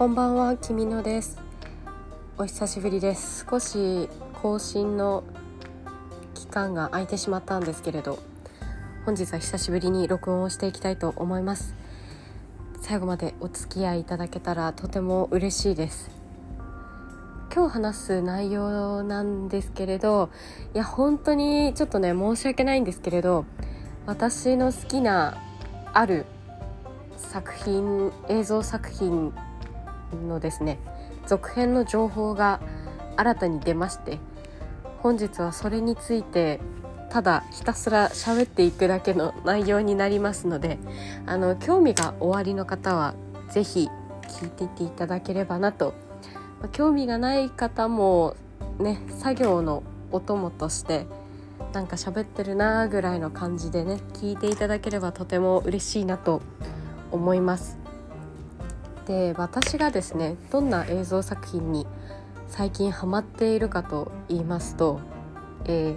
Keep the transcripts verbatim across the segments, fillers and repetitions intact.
こんばんは、きみのです。お久しぶりです。少し更新の期間が空いてしまったんですけれど、本日は久しぶりに録音をしていきたいと思います。最後までお付き合いいただけたらとても嬉しいです。今日話す内容なんですけれど、いや本当にちょっとね申し訳ないんですけれど、私の好きなある作品映像作品のですね続編の情報が新たに出まして、本日はそれについてただひたすら喋っていくだけの内容になりますので、あの興味がおありの方はぜひ聞いていっていただければなと。興味がない方もね、作業のお供としてなんか喋ってるなぐらいの感じでね聞いていただければとても嬉しいなと思います。で、私がですねどんな映像作品に最近ハマっているかと言いますと、えー、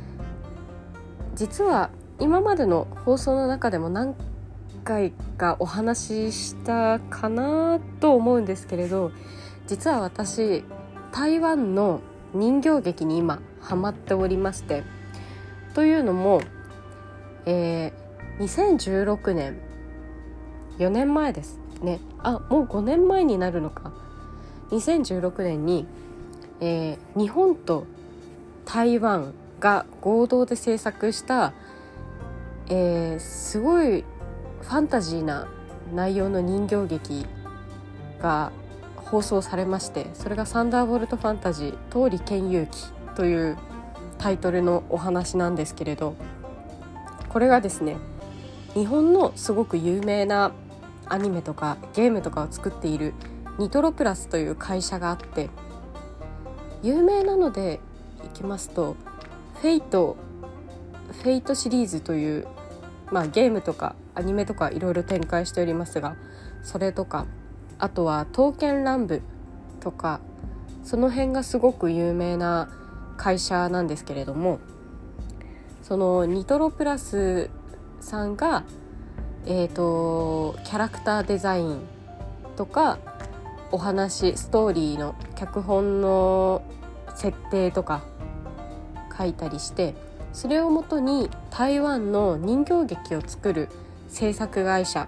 実は今までの放送の中でも何回かお話ししたかなと思うんですけれど、実は私台湾の人形劇に今ハマっておりまして、というのも、えー、にせんじゅうろくねんよねんまえですね。あ、もうごねんまえになるのか。にせんじゅうろくねんに、えー、日本と台湾が合同で制作した、えー、すごいファンタジーな内容の人形劇が放送されまして、それがサンダーボルトファンタジー桃李剣勇記というタイトルのお話なんですけれど、これがですね日本のすごく有名なアニメとかゲームとかを作っているニトロプラスという会社があって、有名なのでいきますとフェイトフェイトシリーズという、まあ、ゲームとかアニメとかいろいろ展開しておりますが、それとかあとは刀剣乱舞とか、その辺がすごく有名な会社なんですけれども、そのニトロプラスさんが、えーと、キャラクターデザインとかお話ストーリーの脚本の設定とか書いたりして、それをもとに台湾の人形劇を作る制作会社、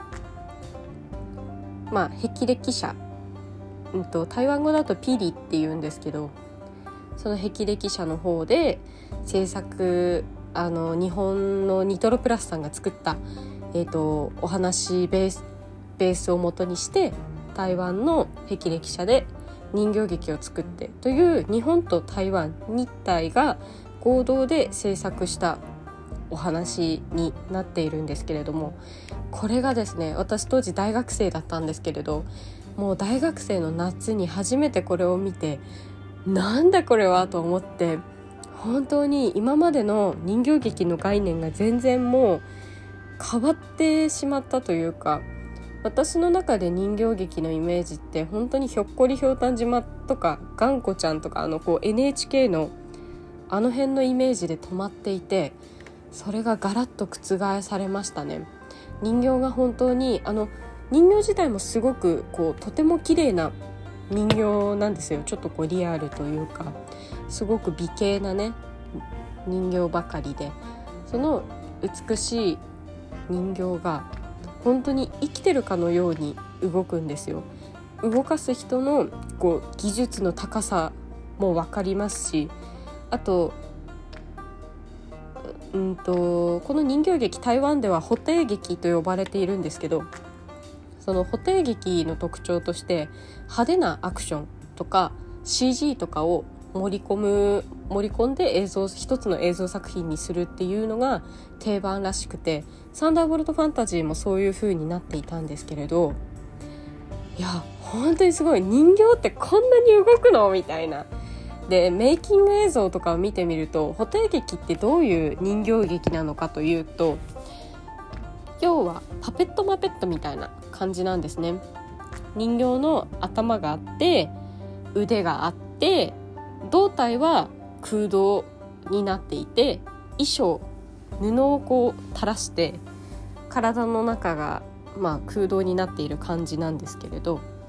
まあ霹靂社、うんと、台湾語だとピリっていうんですけど、その霹靂社の方で制作、あの日本のニトロプラスさんが作った、えーと、お話ベース、ベースを元にして台湾の霹靂社で人形劇を作ってという日本と台湾日台が合同で制作したお話になっているんですけれども、これがですね、私当時大学生だったんですけれど、もう大学生の夏に初めてこれを見て、なんだこれはと思って、本当に今までの人形劇の概念が全然もう変わってしまったというか、私の中で人形劇のイメージって本当にひょっこりひょうたん島とかがんこちゃんとか、あのこう エヌエイチケー のあの辺のイメージで止まっていて、それがガラッと覆されましたね。人形が本当に、あの人形自体もすごくこうとても綺麗な人形なんですよ。ちょっとこうリアルというか、すごく美形なね人形ばかりで、その美しい人形が本当に生きてるかのように動くんですよ。動かす人のこう技術の高さも分かりますし、あとうんとこの人形劇、台湾では布袋劇と呼ばれているんですけど、その布袋劇の特徴として派手なアクションとか シージー とかを盛り込む盛り込んで映像一つの映像作品にするっていうのが定番らしくて、サンダーボルトファンタジーもそういう風になっていたんですけれど、いや本当にすごい、人形ってこんなに動くのみたいな。でメイキング映像とかを見てみると、布袋劇ってどういう人形劇なのかというと、要はパペットマペットみたいな感じなんですね。人形の頭があって腕があって、胴体は空洞になっていて、衣装布をこう垂らして体の中がまあ空洞になっている感じなんですけれど、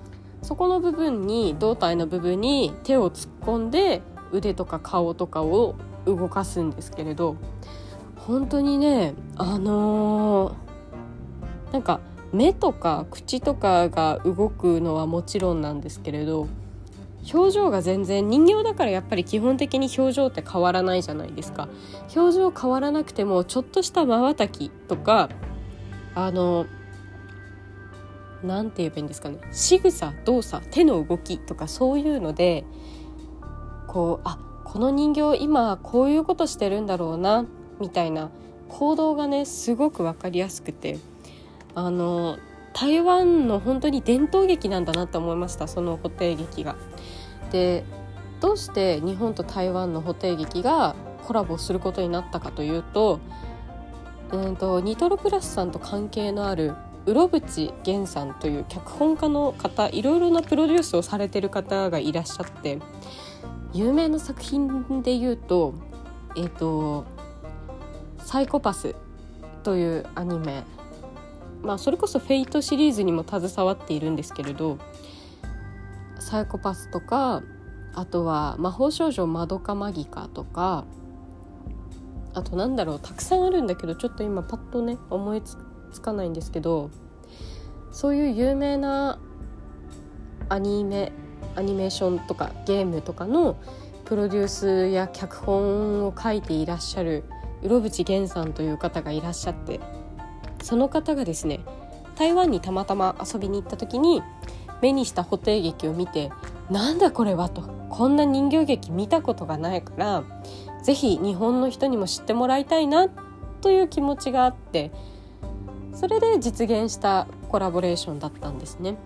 そこの部分に胴体の部分に手を突っ込んで腕とか顔とかを動かすんですけれど、本当にねあのー、なんか目とか口とかが動くのはもちろんなんですけれど、表情が全然、人形だからやっぱり基本的に表情って変わらないじゃないですか。表情変わらなくてもちょっとした瞬きとか、あのなんて言えばいいんですかね、仕草動作手の動きとかそういうので、こうあこの人形今こういうことしてるんだろうなみたいな行動がねすごく分かりやすくて、あの台湾の本当に伝統劇なんだなって思いました、その布袋劇が。でどうして日本と台湾の布袋劇がコラボすることになったかというと、うんとニトロプラスさんと関係のあるうろぶちげんさんという脚本家の方、いろいろなプロデュースをされてる方がいらっしゃって、有名な作品で言うと、えーとサイコパスというアニメ、まあ、それこそフェイトシリーズにも携わっているんですけれど、サイコパスとか、あとは魔法少女マドカマギカとか、あとなんだろうたくさんあるんだけどちょっと今パッとね思いつかないんですけど、そういう有名なアニメアニメーションとかゲームとかのプロデュースや脚本を書いていらっしゃるうろぶちげんさんという方がいらっしゃって、その方がですね台湾にたまたま遊びに行った時に目にした布袋劇を見て、なんだこれはと、こんな人形劇見たことがないからぜひ日本の人にも知ってもらいたいなという気持ちがあって、それで実現したコラボレーションだったんですね。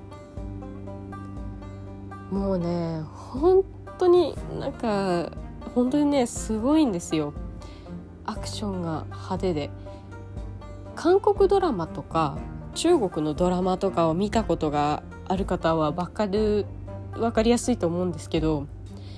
もうね本当になんか本当にねすごいんですよ。アクションが派手で、韓国ドラマとか中国のドラマとかを見たことがある方は分かる分かりやすいと思うんですけど、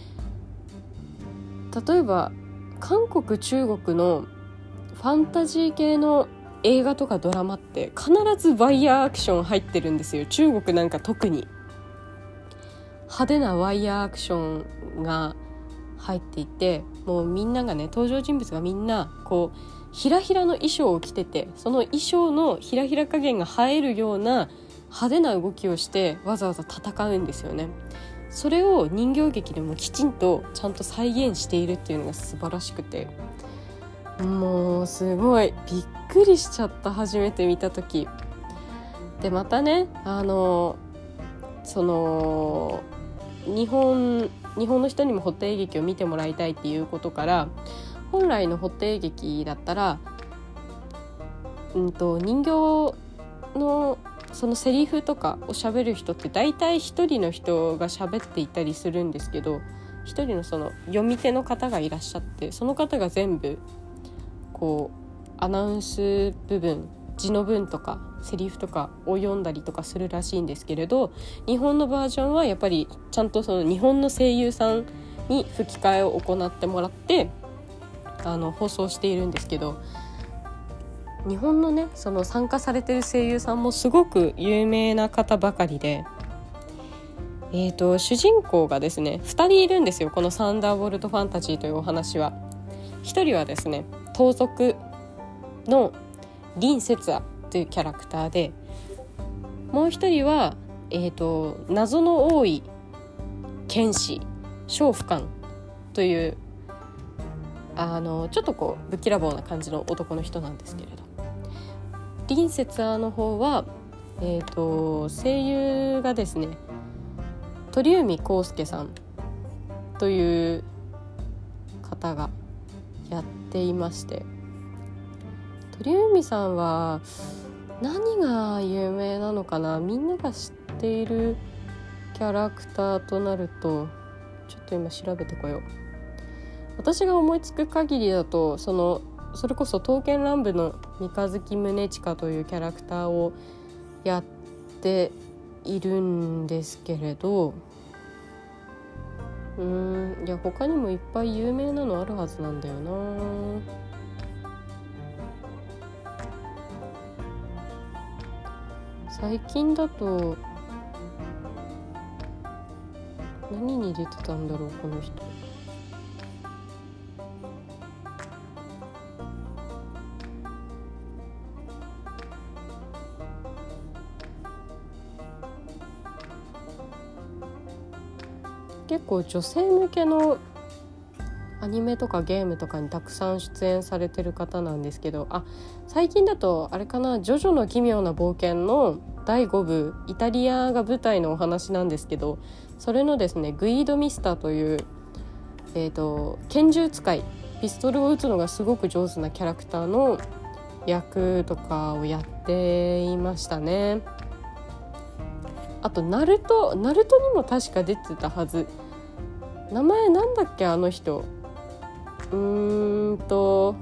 例えば韓国中国のファンタジー系の映画とかドラマって必ずワイヤーアクション入ってるんですよ。中国なんか特に派手なワイヤーアクションが入っていて、もうみんながね登場人物がみんなこうひらひらの衣装を着てて、その衣装のひらひら加減が映えるような派手な動きをしてわざわざ戦うんですよね。それを人形劇でもきちんとちゃんと再現しているっていうのが素晴らしくて、もうすごいびっくりしちゃった、初めて見た時で。またねあのその日本日本の人にも布袋劇を見てもらいたいっていうことから、本来の布袋劇だったら、うんと人形のそのセリフとかを喋る人って大体一人の人が喋っていたりするんですけど、一人のその読み手の方がいらっしゃって、その方が全部こうアナウンス部分、字の文とかセリフとかを読んだりとかするらしいんですけれど、日本のバージョンはやっぱりちゃんとその日本の声優さんに吹き替えを行ってもらってあの放送しているんですけど、日本のねその参加されてる声優さんもすごく有名な方ばかりで、えーと、主人公がですねふたりいるんですよ、このサンダーボルトファンタジーというお話は。ひとりはですね盗賊の林節也というキャラクターで、もう一人は、えーと、謎の多い剣士娼婦官というあのちょっとこうぶっきらぼうな感じの男の人なんですけれど、林節也の方は、えーと、声優がですね鳥海浩介さんという方がやっていまして、鳥海さんは何が有名なのかな、みんなが知っているキャラクターとなるとちょっと今調べてこよう。私が思いつく限りだと、そのそれこそ刀剣乱舞の三日月宗近というキャラクターをやっているんですけれど、うーんいや他にもいっぱい有名なのあるはずなんだよな。最近だと何に出てたんだろうこの人。結構女性向けのアニメとかゲームとかにたくさん出演されてる方なんですけど、あ、最近だとあれかな、ジョジョの奇妙な冒険のだいごぶ、イタリアが舞台のお話なんですけど、それのですね、グイード・ミスターという、えーと、拳銃使い、ピストルを撃つのがすごく上手なキャラクターの役とかをやっていましたね。あとナルト、ナルトにも確か出てたはず。名前なんだっけあの人。うーんと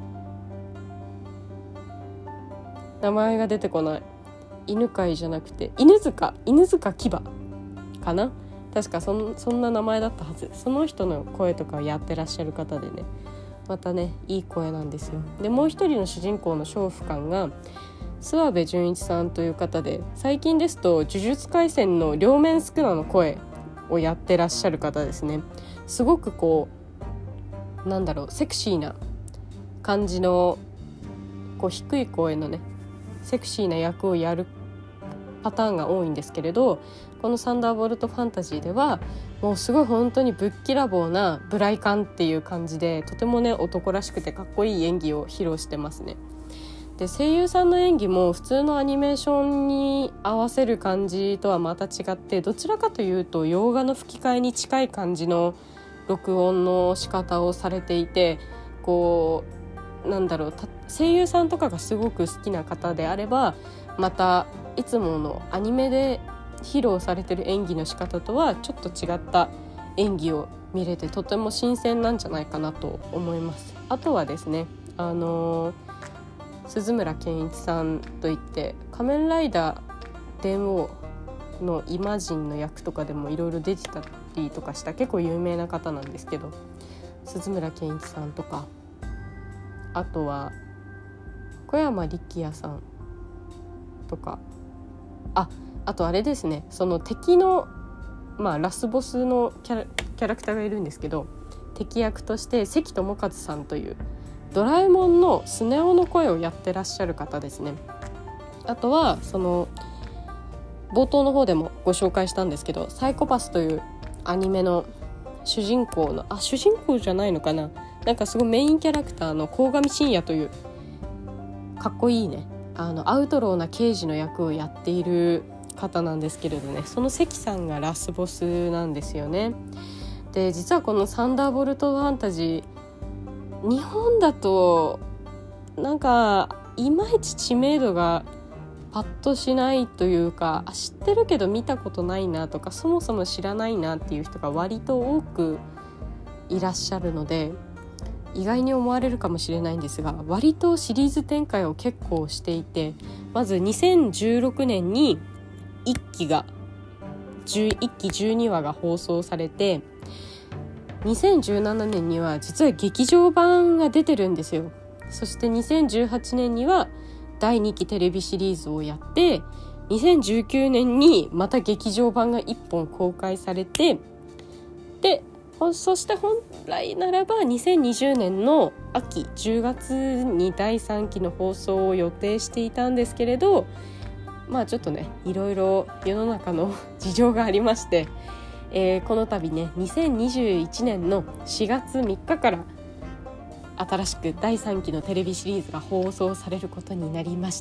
名前が出てこない。犬飼じゃなくて犬塚犬塚牙かな、確か そ, そんな名前だったはず。その人の声とかをやってらっしゃる方でね、またねいい声なんですよ。でもう一人の主人公の娼婦官が諏訪部純一さんという方で、最近ですと呪術廻戦の両面宿儺の声をやってらっしゃる方ですね。すごくこうなんだろう、セクシーな感じのこう低い声のねセクシーな役をやるパターンが多いんですけれど、このサンダーボルトファンタジーではもうすごい本当にぶっきらぼうなブライカンっていう感じで、とてもね男らしくてかっこいい演技を披露してますね。で声優さんの演技も普通のアニメーションに合わせる感じとはまた違って、どちらかというと洋画の吹き替えに近い感じの録音の仕方をされていて、こうなんだろう、声優さんとかがすごく好きな方であれば、またいつものアニメで披露されてる演技の仕方とはちょっと違った演技を見れて、とても新鮮なんじゃないかなと思います。あとはですね、あのー鈴村健一さんといって仮面ライダー電王のイマジンの役とかでもいろいろ出てたりとかした結構有名な方なんですけど、鈴村健一さんとか、あとは小山力也さんとか、あ、あとあれですね、その敵の、まあ、ラスボスのキャラ、キャラクターがいるんですけど、敵役として関智一さんというドラえもんのスネ夫の声をやってらっしゃる方ですね。あとはその冒頭の方でもご紹介したんですけど、サイコパスというアニメの主人公のあ主人公じゃないのかな、なんかすごいメインキャラクターの鴻上信也というかっこいいねあのアウトローな刑事の役をやっている方なんですけれどね、その関さんがラスボスなんですよね。で実はこのサンダーボルトファンタジー、日本だとなんかいまいち知名度がパッとしないというか、知ってるけど見たことないなとか、そもそも知らないなっていう人が割と多くいらっしゃるので、意外に思われるかもしれないんですが、割とシリーズ展開を結構していて、まずにせんじゅうろくねんにいっきがいっきじゅうにわが放送されて、にせんじゅうななねんには実は劇場版が出てるんですよ。そしてにせんじゅうはちねんにはだいにきテレビシリーズをやって、にせんじゅうきゅうねんにまた劇場版がいっぽん公開されて、でそして本来ならばにせんにじゅうねんの秋じゅうがつにだいさんきの放送を予定していたんですけれど、まあちょっとねいろいろ世の中の事情がありまして、えー、この度ねにせんにじゅういちねんのしがつみっかから新しくだいさんきのテレビシリーズが放送されることになりまして、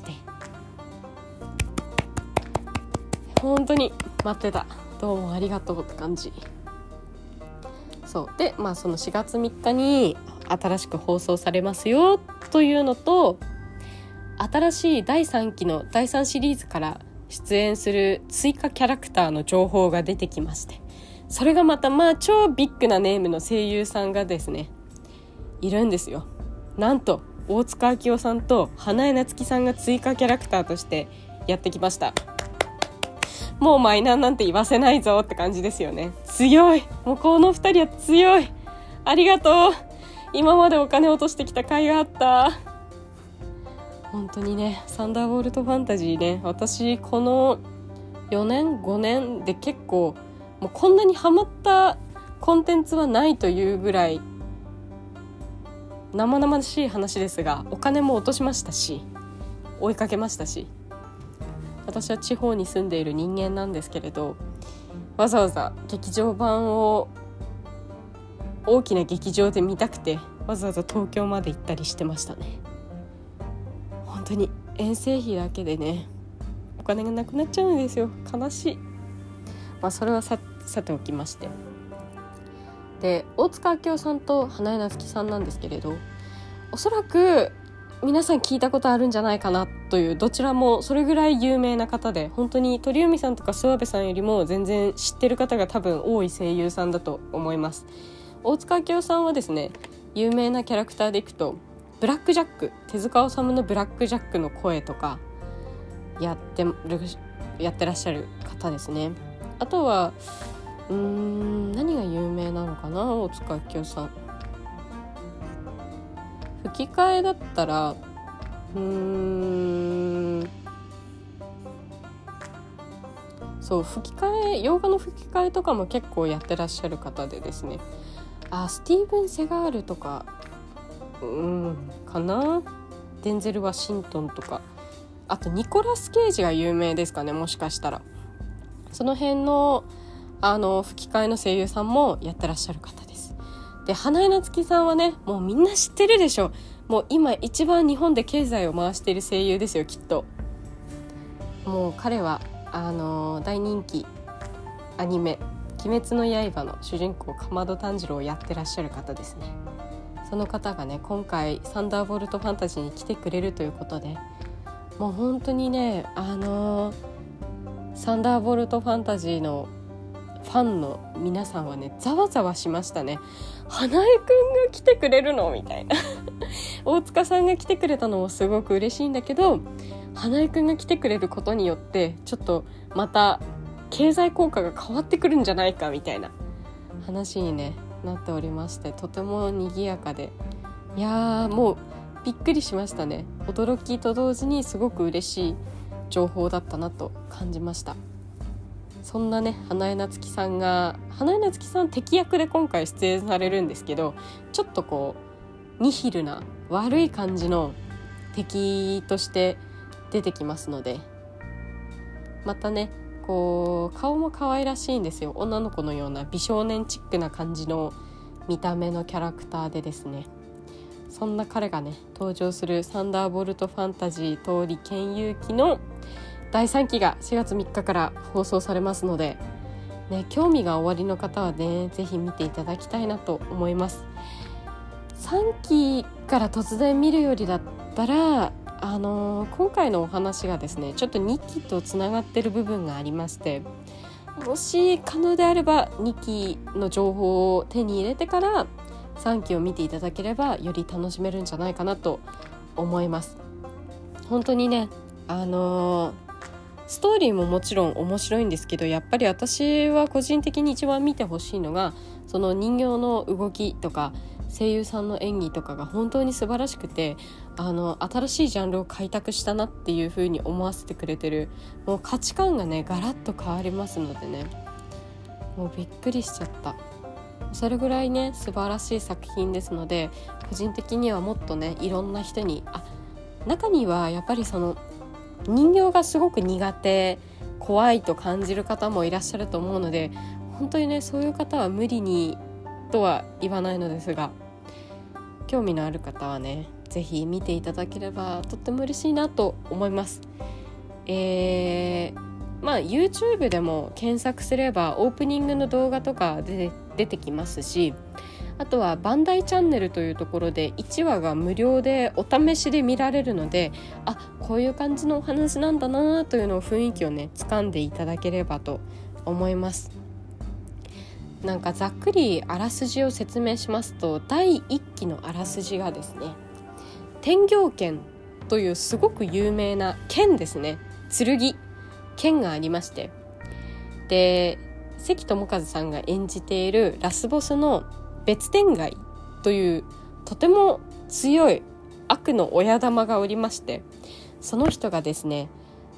本当に待ってた、どうもありがとうって感じ。そうで、まあそのしがつみっかに新しく放送されますよというのと、新しいだいさんきのだいさんシリーズから出演する追加キャラクターの情報が出てきまして、それがまたまあ超ビッグなネームの声優さんがですねいるんですよ。なんと大塚明夫さんと花江夏樹さんが追加キャラクターとしてやってきました。もうマイナーなんて言わせないぞって感じですよね。強い、もうこの二人は強い、ありがとう、今までお金落としてきた甲斐があった。本当にね、サンダーボルトファンタジーね、私このよねんごねんで結構もうこんなにハマったコンテンツはないというぐらい生々しい話ですが、お金も落としましたし追いかけましたし、私は地方に住んでいる人間なんですけれど、わざわざ劇場版を大きな劇場で見たくてわざわざ東京まで行ったりしてましたね。本当に遠征費だけでねお金がなくなっちゃうんですよ。悲しい。まあそれは さ, さておきまして、で大塚明夫さんと花江夏樹さんなんですけれど、おそらく皆さん聞いたことあるんじゃないかなという、どちらもそれぐらい有名な方で、本当に鳥海さんとか諏訪部さんよりも全然知ってる方が多分多い声優さんだと思います。大塚明夫さんはですね、有名なキャラクターでいくとブラックジャック、手塚治虫のブラックジャックの声とかやってるやってらっしゃる方ですね。あとはうーん何が有名なのかな、大塚明夫さん。吹き替えだったらうーんそう吹き替え、洋画の吹き替えとかも結構やってらっしゃる方でですね、あスティーブン・セガールとかうんかな、デンゼル・ワシントンとか、あとニコラス・ケイジが有名ですかね、もしかしたら。その辺のあの吹き替えの声優さんもやってらっしゃる方です。で花江夏樹さんはね、もうみんな知ってるでしょ。もう今一番日本で経済を回している声優ですよ、きっと。もう彼はあの大人気アニメ鬼滅の刃の主人公竈門炭治郎をやってらっしゃる方ですね。その方がね今回サンダーボルトファンタジーに来てくれるということで、もう本当にねあのサンダーボルトファンタジーのファンの皆さんはねざわざわしましたね。花江くんが来てくれるのみたいな大塚さんが来てくれたのもすごく嬉しいんだけど、花江くんが来てくれることによってちょっとまた経済効果が変わってくるんじゃないかみたいな話に、ね、なっておりまして、とても賑やかで、いやーもうびっくりしましたね。驚きと同時にすごく嬉しい情報だったなと感じました。そんなね花江夏樹さんが花江夏樹さん敵役で今回出演されるんですけど、ちょっとこうニヒルな悪い感じの敵として出てきますので、またねこう顔も可愛らしいんですよ。女の子のような美少年チックな感じの見た目のキャラクターでですね、そんな彼がね登場するサンダーボルトファンタジー通り剣遊記のだいさんきがしがつみっかから放送されますので、ね、興味がおありの方はねぜひ見ていただきたいなと思います。さんきから突然見るよりだったらあのー、今回のお話がですねちょっとにきとつながってる部分がありまして、もし可能であればにきの情報を手に入れてからさんきを見ていただければより楽しめるんじゃないかなと思います。本当にねあのー、ストーリーももちろん面白いんですけど、やっぱり私は個人的に一番見てほしいのがその人形の動きとか声優さんの演技とかが本当に素晴らしくて、あの新しいジャンルを開拓したなっていう風に思わせてくれてる、もう価値観がねガラッと変わりますのでね、もうびっくりしちゃった。それぐらいね素晴らしい作品ですので、個人的にはもっとねいろんな人に、あ中にはやっぱりその人形がすごく苦手怖いと感じる方もいらっしゃると思うので、本当にねそういう方は無理にとは言わないのですが、興味のある方はねぜひ見ていただければとっても嬉しいなと思います。えー、まあ YouTube でも検索すればオープニングの動画とかで出てきますし、あとはバンダイチャンネルというところでいちわが無料でお試しで見られるので、あこういう感じのお話なんだなというのを雰囲気をね掴んでいただければと思います。なんかざっくりあらすじを説明しますと、だいいっきのあらすじがですね、天行剣というすごく有名な剣ですね、剣剣がありまして、で関智一さんが演じているラスボスの別天街というとても強い悪の親玉がおりまして、その人がですね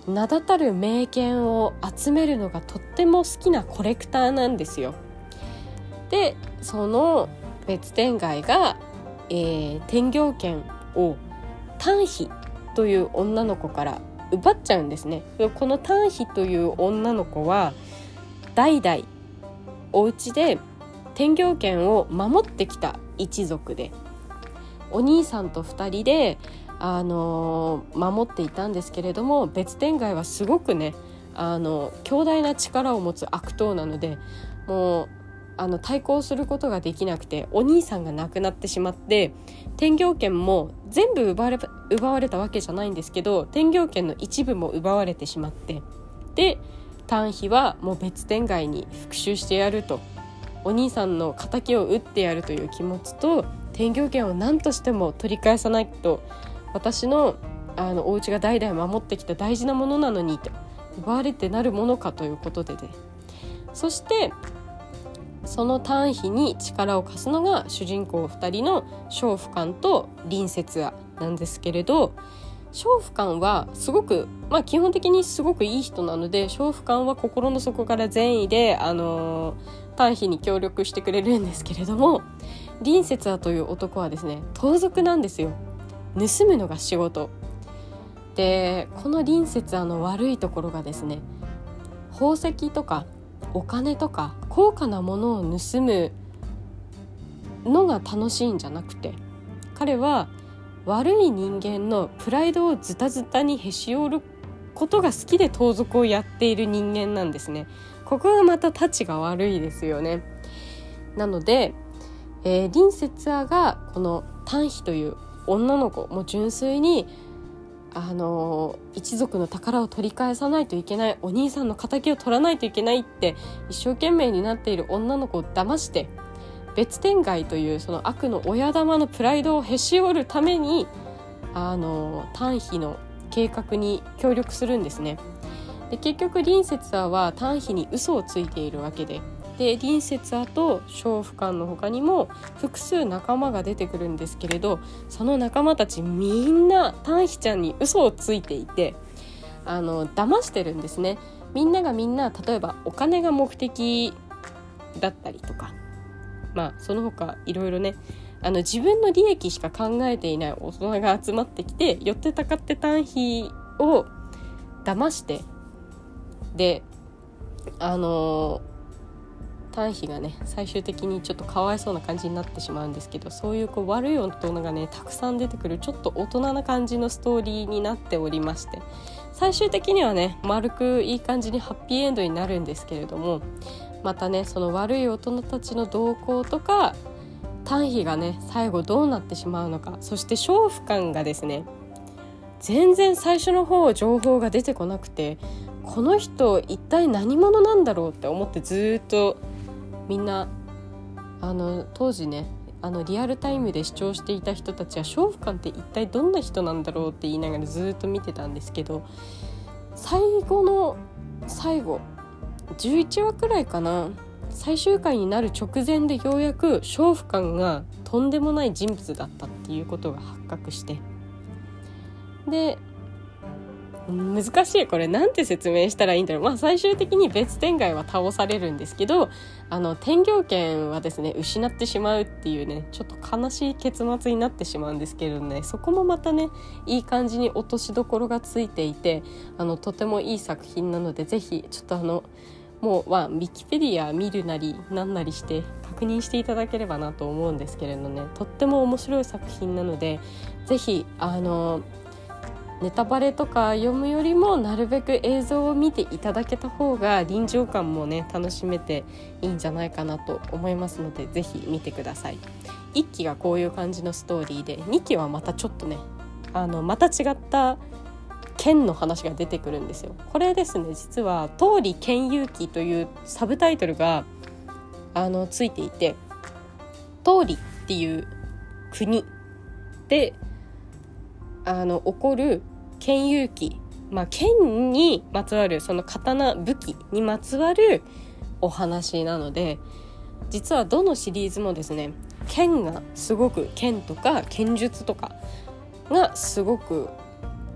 名だたる名言を集めるのがとっても好きなコレクターなんですよ。でその別天街が、えー、天行券を丹妃という女の子から奪っちゃうんですね。この丹妃という女の子は代々お家で天行券を守ってきた一族で、お兄さんとふたりで、あのー、守っていたんですけれども、別天街はすごくね、あの強大な力を持つ悪党なので、もうあの対抗することができなくて、お兄さんが亡くなってしまって、天行券も全部奪われ、奪われたわけじゃないんですけど、天行券の一部も奪われてしまって、で丹妃はもう別天街に復讐してやると、お兄さんの仇を討ってやるという気持ちと、天行券を何としても取り返さないと、私のあのお家が代々守ってきた大事なものなのにと、奪われてなるものかということでね。そしてその丹妃に力を貸すのが主人公ふたりの昌府官と林節庵なんですけれど、昌府官はすごく、まあ、基本的にすごくいい人なので、昌府官は心の底から善意で、あのー、丹妃に協力してくれるんですけれども、林節庵という男はですね、盗賊なんですよ。盗むのが仕事で、この林節庵の悪いところがですね、宝石とかお金とか高価なものを盗むのが楽しいんじゃなくて、彼は悪い人間のプライドをズタズタにへし折ることが好きで盗賊をやっている人間なんですね。ここがまたたちが悪いですよね。なので、えー、林節庵がこの丹妃という女の子も純粋にあの一族の宝を取り返さないといけない、お兄さんの仇を取らないといけないって一生懸命になっている女の子を騙して、別天街というその悪の親玉のプライドをへし折るために、あの丹妃の計画に協力するんですね。で結局林節庵は丹妃に嘘をついているわけで、で林節庵と昌府官の他にも複数仲間が出てくるんですけれど、その仲間たちみんな丹妃ちゃんに嘘をついていて、あの騙してるんですね。みんながみんな、例えばお金が目的だったりとか、まあその他いろいろね、あの自分の利益しか考えていない大人が集まってきて、寄ってたかって丹妃を騙して、であのー丹妃がね最終的にちょっとかわいそうな感じになってしまうんですけど、そういうこう悪い大人がねたくさん出てくる、ちょっと大人な感じのストーリーになっておりまして、最終的にはね丸くいい感じにハッピーエンドになるんですけれども、またねその悪い大人たちの動向とか、丹妃がね最後どうなってしまうのか、そして昌府官がですね、全然最初の方情報が出てこなくて、この人一体何者なんだろうって思って、ずっとみんなあの当時ねあのリアルタイムで視聴していた人たちは、昌府官って一体どんな人なんだろうって言いながらずっと見てたんですけど、最後の最後じゅういちわくらいかな、最終回になる直前でようやく昌府官がとんでもない人物だったっていうことが発覚して、で難しい、これなんて説明したらいいんだろう。まあ最終的に別天街は倒されるんですけど、あの天行券はですね失ってしまうっていうね、ちょっと悲しい結末になってしまうんですけれどね、そこもまたねいい感じに落としどころがついていて、あのとてもいい作品なので、ぜひちょっとあのもうはウィキペディア見るなりなんなりして確認していただければなと思うんですけれどね、とっても面白い作品なので、ぜひあのネタバレとか読むよりもなるべく映像を見ていただけた方が臨場感もね楽しめていいんじゃないかなと思いますので、ぜひ見てください。いっきがこういう感じのストーリーで、にきはまたちょっとねあのまた違った剣の話が出てくるんですよ。これですね、実は桃李剣遊記というサブタイトルがあのついていて、桃李っていう国であの起こる剣遊記、まあ、剣にまつわるその刀武器にまつわるお話なので、実はどのシリーズもですね剣がすごく剣とか剣術とかがすごく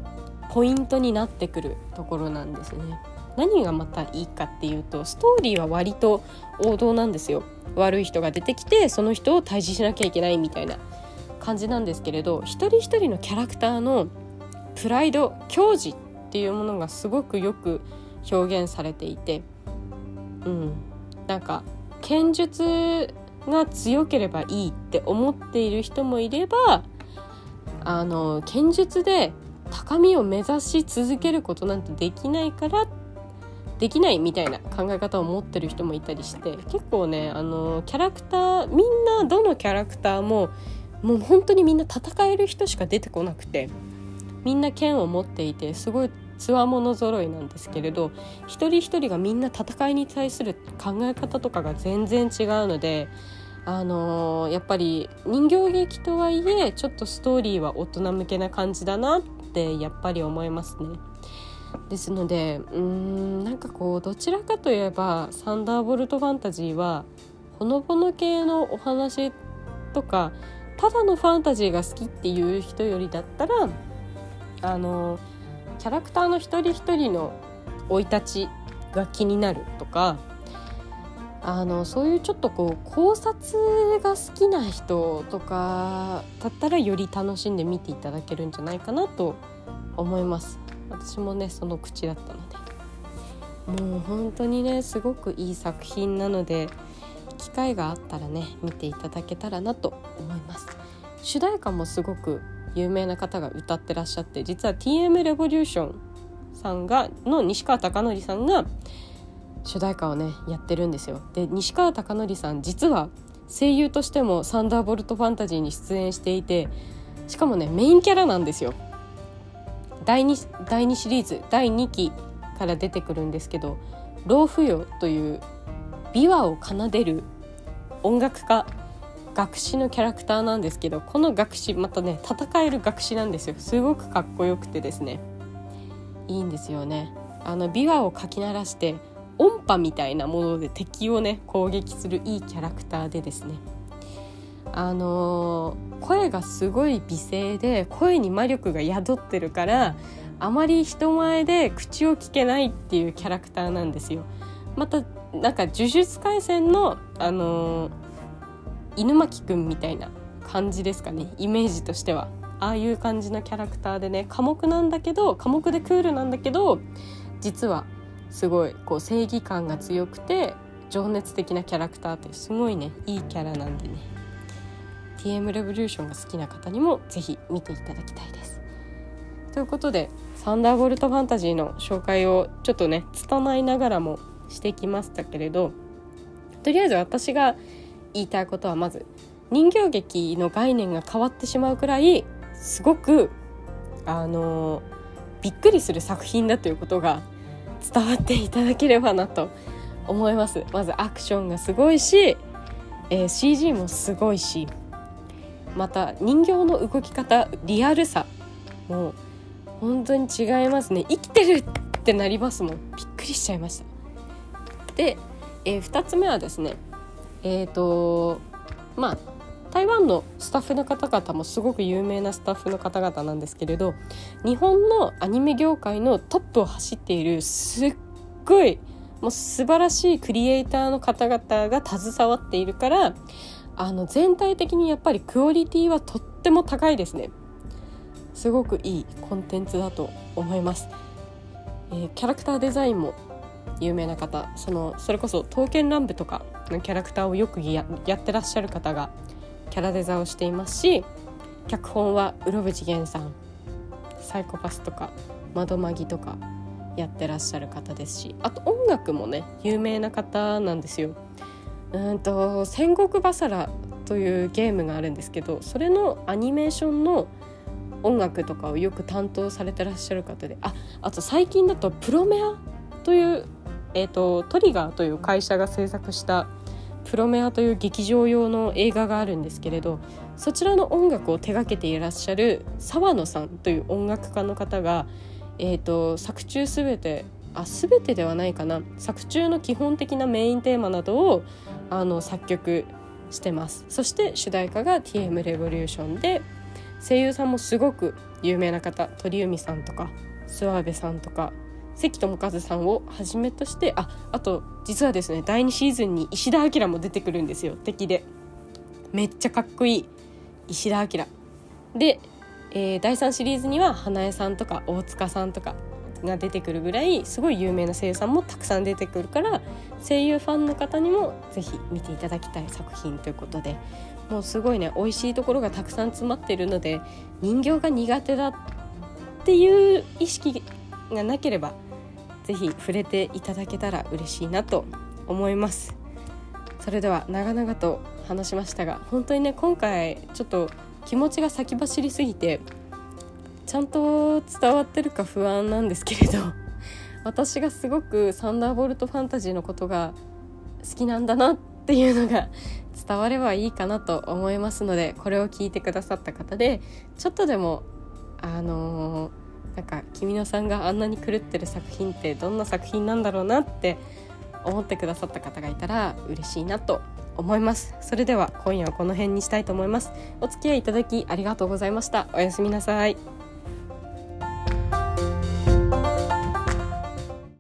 ポイントになってくるところなんですね。何がまたいいかっていうと、ストーリーは割と王道なんですよ。悪い人が出てきてその人を退治しなきゃいけないみたいな感じなんですけれど、一人一人のキャラクターのプライド、矜持っていうものがすごくよく表現されていて、うん、なんか剣術が強ければいいって思っている人もいれば、あの剣術で高みを目指し続けることなんてできないからできないみたいな考え方を持ってる人もいたりして、結構ね、あのキャラクターみんなどのキャラクターももう本当にみんな戦える人しか出てこなくて、みんな剣を持っていてすごい強者揃いなんですけれど、一人一人がみんな戦いに対する考え方とかが全然違うので、あのー、やっぱり人形劇とはいえちょっとストーリーは大人向けな感じだなってやっぱり思いますね。ですので、うーんなんかこうどちらかといえばサンダーボルトファンタジーはほのぼの系のお話とか、ただのファンタジーが好きっていう人よりだったら、あのキャラクターの一人一人の生い立ちが気になるとか、あのそういうちょっとこう考察が好きな人とかだったらより楽しんで見ていただけるんじゃないかなと思います。私もねその口だったので、もう本当にねすごくいい作品なので、機会があったらね見ていただけたらなと思います。主題歌もすごく有名な方が歌ってらっしゃって、実は ティーエム レボリューションさんがの西川貴教さんが主題歌をねやってるんですよ。で、西川貴教さん実は声優としてもサンダーボルトファンタジーに出演していて、しかもねメインキャラなんですよ。だい 2, だいにシリーズだいにきから出てくるんですけど、老夫よという琵琶を奏でる音楽家楽師のキャラクターなんですけど、この楽師またね戦える楽師なんですよ。すごくかっこよくてですね、いいんですよね。あの琵琶をかき鳴らして音波みたいなもので敵をね攻撃するいいキャラクターでですね、あのー、声がすごい美声で声に魔力が宿ってるから、あまり人前で口を聞けないっていうキャラクターなんですよ。またなんか呪術廻戦の、あのー、犬巻くんみたいな感じですかね、イメージとしては。ああいう感じのキャラクターでね、寡黙なんだけど寡黙でクールなんだけど、実はすごいこう正義感が強くて情熱的なキャラクターってすごいねいいキャラなんでね、 ティーエム レボリューションが好きな方にもぜひ見ていただきたいです。ということでサンダーボルトファンタジーの紹介をちょっとね拙いながらもしてきましたけれど、とりあえず私が言いたいことは、まず人形劇の概念が変わってしまうくらいすごくあのびっくりする作品だということが伝わっていただければなと思います。まずアクションがすごいし、えー、シージー もすごいし、また人形の動き方、リアルさもう本当に違いますね。生きてるってなりますもん。びっくりしちゃいました。で、えー、ふたつめはですね、えーとまあ台湾のスタッフの方々もすごく有名なスタッフの方々なんですけれど、日本のアニメ業界のトップを走っているすっごいもう素晴らしいクリエイターの方々が携わっているから、あの全体的にやっぱりクオリティはとっても高いですね。すごくいいコンテンツだと思います。えー、キャラクターデザインも有名な方、そのそれこそ刀剣乱舞とかのキャラクターをよく や, やってらっしゃる方がキャラデザをしていますし、脚本はうろぶちげんさん、サイコパスとか窓マギとかやってらっしゃる方ですし、あと音楽もね有名な方なんですよ。うんと戦国バサラというゲームがあるんですけど、それのアニメーションの音楽とかをよく担当されてらっしゃる方で、あ, あと最近だとプロメアという、えーと、トリガーという会社が制作したプロメアという劇場用の映画があるんですけれど、そちらの音楽を手掛けていらっしゃる沢野さんという音楽家の方が、えーと、作中すべてあ全てではないかな、作中の基本的なメインテーマなどをあの作曲してます。そして主題歌が ティーエム レボリューションで、 声優さんもすごく有名な方、鳥海さんとか諏訪部さんとか関智一さんをはじめとして、ああと実はですねだいにシーズンに石田明も出てくるんですよ。敵でめっちゃかっこいい石田明で、えー、だいさんシリーズには花江さんとか大塚さんとかが出てくるぐらいすごい有名な声優さんもたくさん出てくるから、声優ファンの方にもぜひ見ていただきたい作品ということで、もうすごいね美味しいところがたくさん詰まっているので、人形が苦手だっていう意識がなければぜひ触れていただけたら嬉しいなと思います。それでは長々と話しましたが、本当にね今回ちょっと気持ちが先走りすぎてちゃんと伝わってるか不安なんですけれど、私がすごくサンダーボルトファンタジーのことが好きなんだなっていうのが伝わればいいかなと思いますので、これを聞いてくださった方でちょっとでもあのー、なんか君野さんがあんなに狂ってる作品ってどんな作品なんだろうなって思ってくださった方がいたら嬉しいなと思います。それでは今夜はこの辺にしたいと思います。お付き合いいただきありがとうございました。おやすみなさい。